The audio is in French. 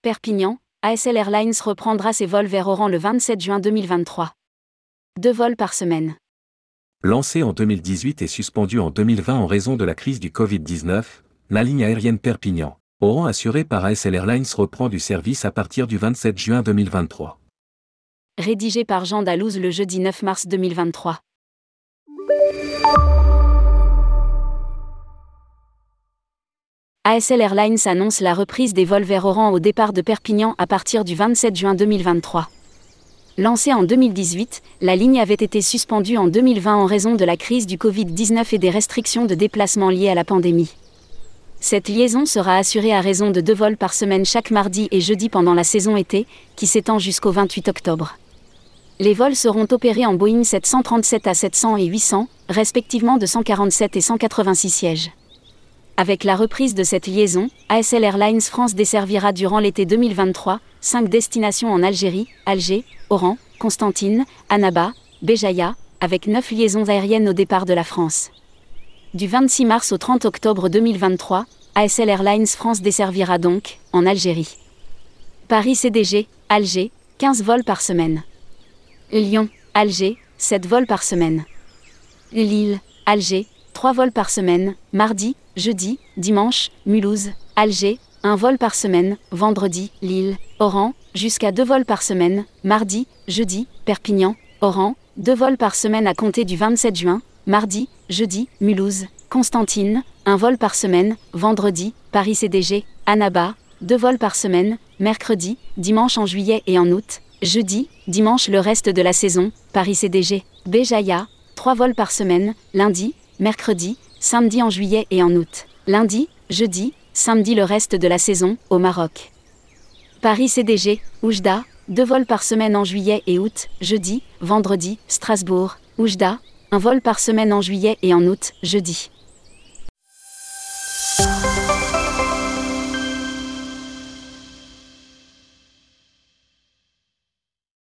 Perpignan, ASL Airlines reprendra ses vols vers Oran le 27 juin 2023. 2 vols par semaine. Lancée en 2018 et suspendue en 2020 en raison de la crise du Covid-19, la ligne aérienne Perpignan, Oran assurée par ASL Airlines reprend du service à partir du 27 juin 2023. Rédigé par Jean Dalouse le jeudi 9 mars 2023. ASL Airlines annonce la reprise des vols vers Oran au départ de Perpignan à partir du 27 juin 2023. Lancée en 2018, la ligne avait été suspendue en 2020 en raison de la crise du Covid-19 et des restrictions de déplacement liées à la pandémie. Cette liaison sera assurée à raison de 2 vols par semaine chaque mardi et jeudi pendant la saison été, qui s'étend jusqu'au 28 octobre. Les vols seront opérés en Boeing 737-700 et 800, respectivement de 147 et 186 sièges. Avec la reprise de cette liaison, ASL Airlines France desservira durant l'été 2023, 5 destinations en Algérie, Alger, Oran, Constantine, Annaba, Béjaïa, avec 9 liaisons aériennes au départ de la France. Du 26 mars au 30 octobre 2023, ASL Airlines France desservira donc, en Algérie. Paris CDG, Alger, 15 vols par semaine. Lyon, Alger, 7 vols par semaine. Lille, Alger, 3 vols par semaine, mardi, jeudi, dimanche, Mulhouse, Alger, 1 vol par semaine, vendredi, Lille, Oran, jusqu'à 2 vols par semaine, mardi, jeudi, Perpignan, Oran, 2 vols par semaine à compter du 27 juin, mardi, jeudi, Mulhouse, Constantine, 1 vol par semaine, vendredi, Paris CDG, Annaba, 2 vols par semaine, mercredi, dimanche en juillet et en août, jeudi, dimanche le reste de la saison, Paris CDG, Béjaïa, 3 vols par semaine, lundi, mercredi, samedi en juillet et en août, lundi, jeudi, samedi le reste de la saison, au Maroc. Paris CDG, Oujda, 2 vols par semaine en juillet et août, jeudi, vendredi, Strasbourg, Oujda, 1 vol par semaine en juillet et en août, jeudi.